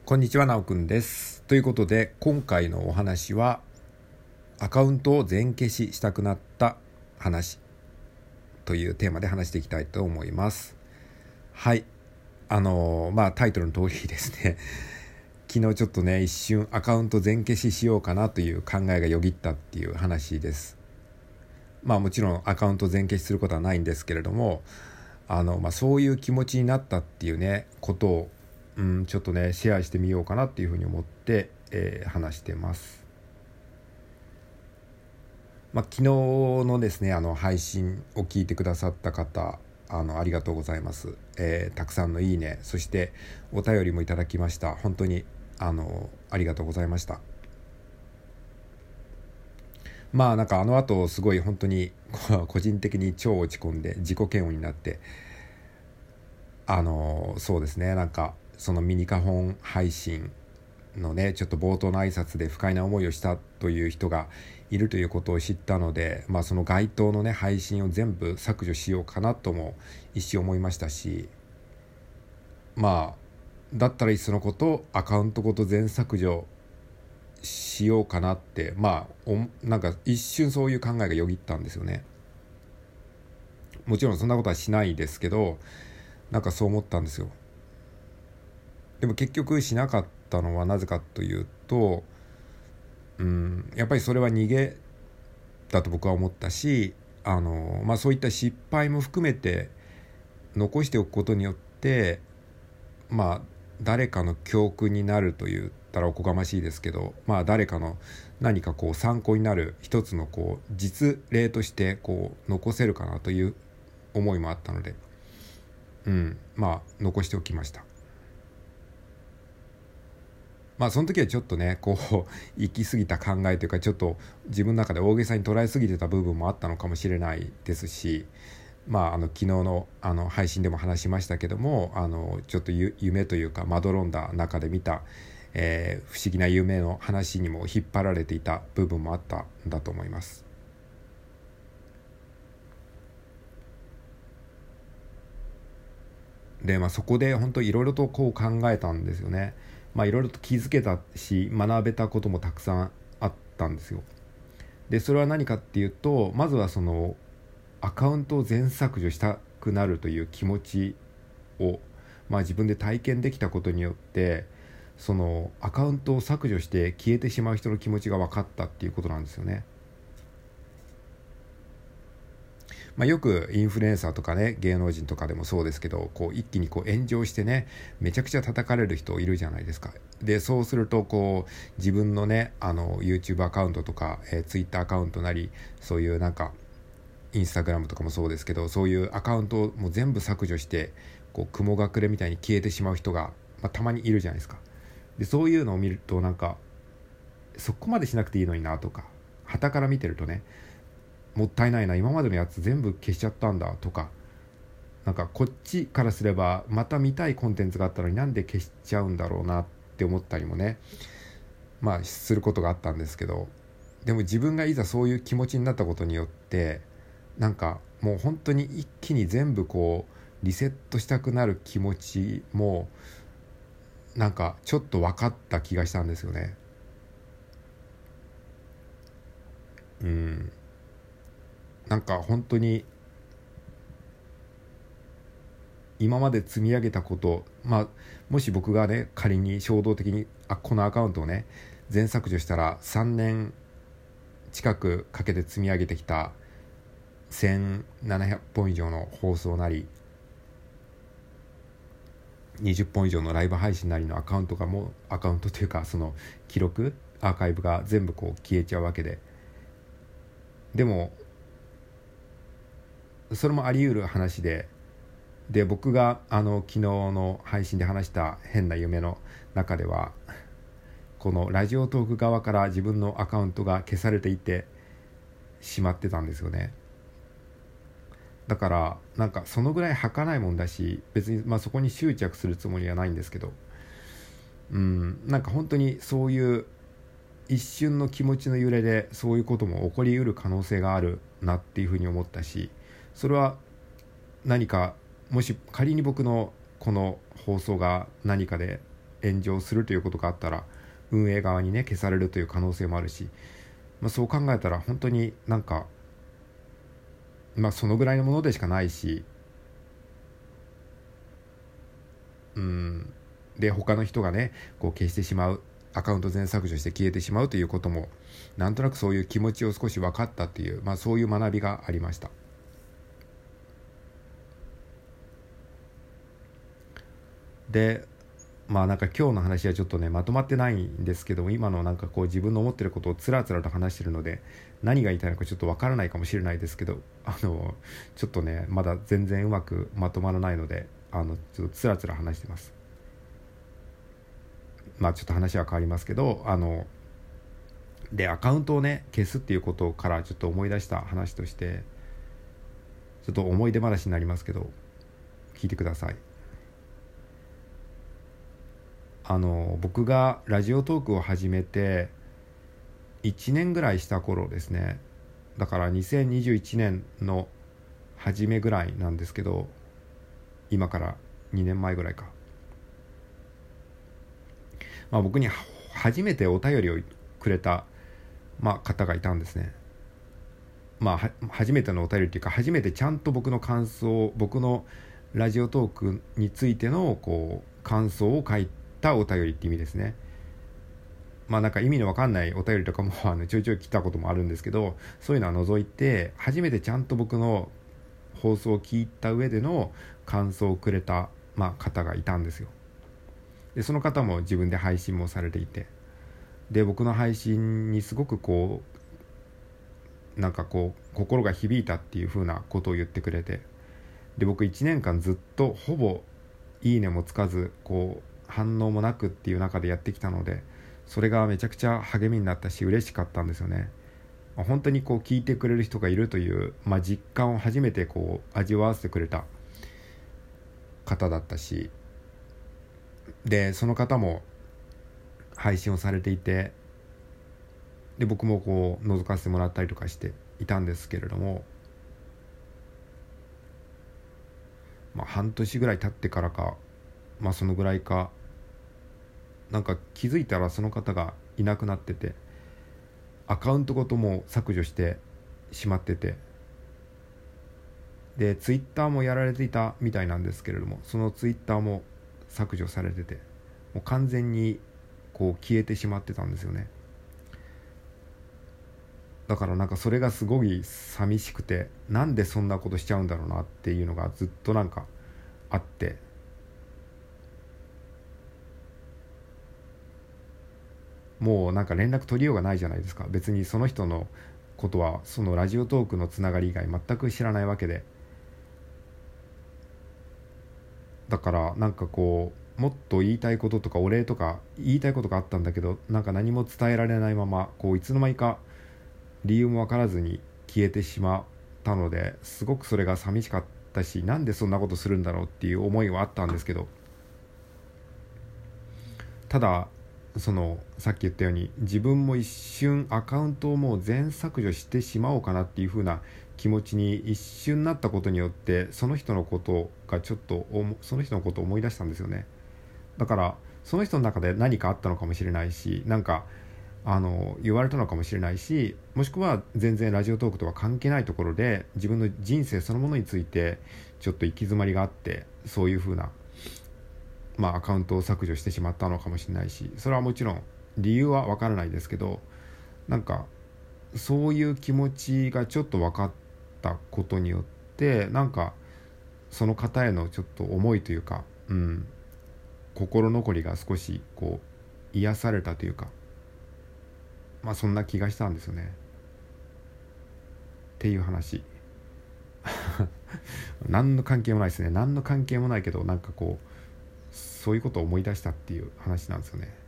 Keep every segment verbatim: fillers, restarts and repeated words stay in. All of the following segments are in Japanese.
こんにちは、なおくんです。ということで、今回のお話はアカウントを全消ししたくなった話というテーマで話していきたいと思います。はい、あのー、まあタイトルの通りですね昨日ちょっとね一瞬アカウント全消ししようかなという考えがよぎったっていう話です。まあもちろんアカウント全消しすることはないんですけれども、あの、まあ、そういう気持ちになったっていうねことをうん、ちょっとねシェアしてみようかなっていうふうに思って、えー、話してます。まあ、昨日のですねあの配信を聞いてくださった方、あのありがとうございます、えー、たくさんのいいね、そしてお便りもいただきました。本当にあのありがとうございました。まあなんかあの後すごい本当に個人的に超落ち込んで自己嫌悪になって、あのそうですね、なんかそのミニカホン配信のねちょっと冒頭の挨拶で不快な思いをしたという人がいるということを知ったので、まあその該当のね配信を全部削除しようかなとも一瞬思いましたし、まあだったらいっそのことアカウントごと全削除しようかなって、まあおなんか一瞬そういう考えがよぎったんですよね。もちろんそんなことはしないですけど、なんかそう思ったんですよ。でも結局しなかったのはなぜかというと、うん、やっぱりそれは逃げだと僕は思ったし、あの、まあ、そういった失敗も含めて残しておくことによって、まあ、誰かの教訓になると言ったらおこがましいですけど、まあ、誰かの何かこう参考になる一つのこう実例としてこう残せるかなという思いもあったので、うん、まあ残しておきました。まあその時はちょっとねこう行き過ぎた考えというか、ちょっと自分の中で大げさに捉えすぎてた部分もあったのかもしれないですし、まああの昨日のあの配信でも話しましたけども、あのちょっと夢というかまどろんだ中で見た、えー、不思議な夢の話にも引っ張られていた部分もあったんだと思います。で、まあ、そこで本当いろいろとこう考えたんですよね。まあいろいろと気づけたし学べたこともたくさんあったんですよ。でそれは何かっていうと、まずはそのアカウントを全削除したくなるという気持ちを、まあ、自分で体験できたことによって、そのアカウントを削除して消えてしまう人の気持ちが分かったっていうことなんですよね。まあ、よくインフルエンサーとかね芸能人とかでもそうですけど、こう一気にこう炎上してねめちゃくちゃ叩かれる人いるじゃないですか。でそうするとこう自分のねあの YouTube アカウントとか、えー、Twitter アカウントなり、そういうなんかインスタグラムとかもそうですけど、そういうアカウントをもう全部削除してこう雲隠れみたいに消えてしまう人が、まあ、たまにいるじゃないですか。でそういうのを見るとなんかそこまでしなくていいのになとか、傍から見てるとねもったいないな、今までのやつ全部消しちゃったんだとか、なんかこっちからすればまた見たいコンテンツがあったのになんで消しちゃうんだろうなって思ったりもね、まあすることがあったんですけど、でも自分がいざそういう気持ちになったことによって、なんかもう本当に一気に全部こうリセットしたくなる気持ちもなんかちょっと分かった気がしたんですよね。うんなんか本当に今まで積み上げたこと、まあもし僕がね仮に衝動的にあこのアカウントをね全削除したら、さんねん近くかけて積み上げてきたせんななひゃっぽん以上の放送なりにじゅっぽん以上のライブ配信なりのアカウントがもうアカウントというかその記録アーカイブが全部こう消えちゃうわけで、でもそれもあり得る話で、で僕があの昨日の配信で話した変な夢の中では、このラジオトーク側から自分のアカウントが消されていってしまってたんですよね。だからなんかそのぐらい儚いもんだし、別にまあそこに執着するつもりはないんですけど、うんなんか本当にそういう一瞬の気持ちの揺れでそういうことも起こりうる可能性があるなっていうふうに思ったし、それは何かもし仮に僕のこの放送が何かで炎上するということがあったら運営側にね消されるという可能性もあるし、まあ、そう考えたら本当になんかまあそのぐらいのものでしかないし、うんで他の人がねこう消してしまう、アカウント全削除して消えてしまうということもなんとなくそういう気持ちを少し分かったっていう、まあ、そういう学びがありました。でまあなんか今日の話はちょっとねまとまってないんですけども、今のなんかこう自分の思ってることをつらつらと話してるので何が言いたいのかちょっとわからないかもしれないですけど、あのちょっとねまだ全然うまくまとまらないので、あのちょっとつらつら話してます。まあちょっと話は変わりますけど、あのでアカウントをね消すっていうことからちょっと思い出した話として、ちょっと思い出話になりますけど聞いてください。あの僕がラジオトークを始めていちねんぐらいした頃ですね、だからにせんにじゅういちねんの初めぐらいなんですけど、今からにねんまえぐらいか、まあ、僕に初めてお便りをくれた、まあ、方がいたんですね。まあ初めてのお便りっていうか、初めてちゃんと僕の感想、僕のラジオトークについてのこう感想を書いたお便りって意味ですね。まあなんか意味のわかんないお便りとかもあのちょいちょい来たこともあるんですけど、そういうのは除いて初めてちゃんと僕の放送を聞いた上での感想をくれた、まあ、方がいたんですよ。でその方も自分で配信もされていて、で僕の配信にすごくこうなんかこう心が響いたっていう風なことを言ってくれて、で僕いちねんかんずっとほぼいいねもつかずこう反応もなくっていう中でやってきたので、それがめちゃくちゃ励みになったし嬉しかったんですよね。本当にこう聞いてくれる人がいるという、まあ、実感を初めてこう味わわせてくれた方だったし、でその方も配信をされていて、で僕もこう覗かせてもらったりとかしていたんですけれども、まあ、半年ぐらい経ってからか、まあそのぐらいかなんか気づいたらその方がいなくなってて、アカウントごとも削除してしまってて、でツイッターもやられていたみたいなんですけれども、そのツイッターも削除されてて、もう完全にこう消えてしまってたんですよね。だからなんかそれがすごい寂しくて、なんでそんなことしちゃうんだろうなっていうのがずっとなんかあって、もうなんか連絡取りようがないじゃないですか。別にその人のことはそのラジオトークのつながり以外全く知らないわけで、だからなんかこうもっと言いたいこととかお礼とか言いたいことがあったんだけど、なんか何も伝えられないままこういつの間にか理由も分からずに消えてしまったので、すごくそれが寂しかったし、なんでそんなことするんだろうっていう思いはあったんですけど、ただそのさっき言ったように自分も一瞬アカウントをもう全削除してしまおうかなっていう風な気持ちに一瞬なったことによって、その人のことがちょっとその人のことを思い出したんですよね。だからその人の中で何かあったのかもしれないし、なんかあの言われたのかもしれないし、もしくは全然ラジオトークとは関係ないところで自分の人生そのものについてちょっと行き詰まりがあって、そういう風なまあ、アカウントを削除してしまったのかもしれないし、それはもちろん理由は分からないですけど、なんかそういう気持ちがちょっと分かったことによって、なんかその方へのちょっと思いというか、うん、心残りが少しこう癒されたというか、まあそんな気がしたんですよねっていう話。何の関係もないですね。何の関係もないけど、なんかこうそういうことを思い出したっていう話なんですよね。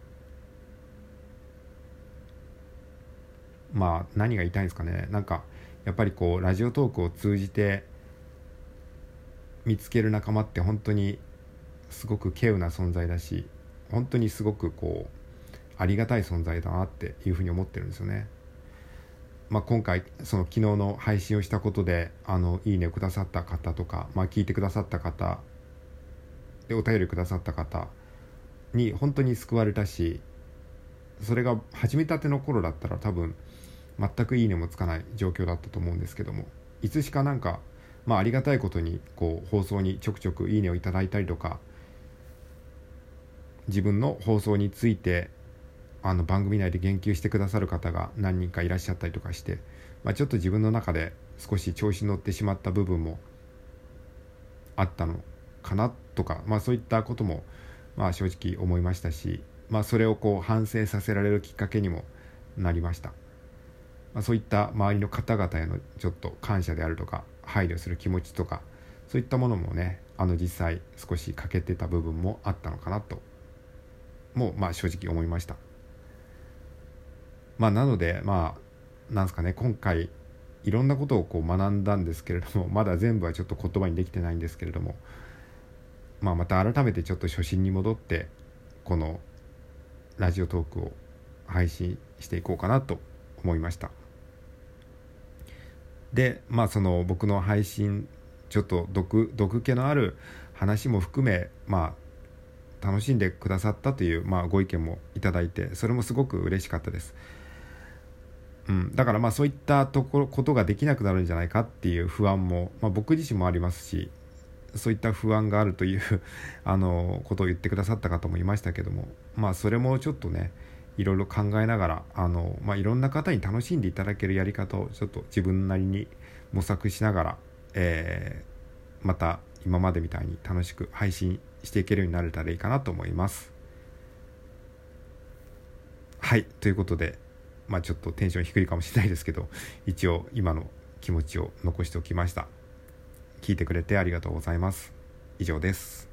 まあ何が言いたいんですかね。なんかやっぱりこうラジオトークを通じて見つける仲間って本当にすごく稀有な存在だし、本当にすごくこうありがたい存在だなっていうふうに思ってるんですよね。まあ、今回その昨日の配信をしたことであのいいねをくださった方とか、まあ、聞いてくださった方でお便りくださった方に本当に救われたし、それが始めたての頃だったら多分全くいいねもつかない状況だったと思うんですけども、いつしかなんか、まあ、ありがたいことにこう放送にちょくちょくいいねをいただいたりとか、自分の放送についてあの番組内で言及してくださる方が何人かいらっしゃったりとかして、まあ、ちょっと自分の中で少し調子に乗ってしまった部分もあったのかなとか、まあ、そういったこともまあ正直思いましたし、まあ、それをこう反省させられるきっかけにもなりました。まあ、そういった周りの方々へのちょっと感謝であるとか配慮する気持ちとか、そういったものもね、あの実際少し欠けてた部分もあったのかなともまあ正直思いました。まあなのでまあなんですかね、今回いろんなことをこう学んだんですけれども、まだ全部はちょっと言葉にできてないんですけれども、まあまた改めてちょっと初心に戻ってこのラジオトークを配信していこうかなと思いました。でまあその僕の配信ちょっと毒毒気のある話も含め、まあ楽しんでくださったという、まあ、ご意見もいただいて、それもすごく嬉しかったです。うん、だからまあそういったところことができなくなるんじゃないかっていう不安も、まあ、僕自身もありますし、そういった不安があるというあのことを言ってくださった方もいましたけども、まあそれもちょっとねいろいろ考えながら、あの、まあ、いろんな方に楽しんでいただけるやり方をちょっと自分なりに模索しながら、えー、また今までみたいに楽しく配信していけるようになれたらいいかなと思います。はい、ということで、まあ、ちょっとテンション低いかもしれないですけど、一応今の気持ちを残しておきました。聞いてくれてありがとうございます。以上です。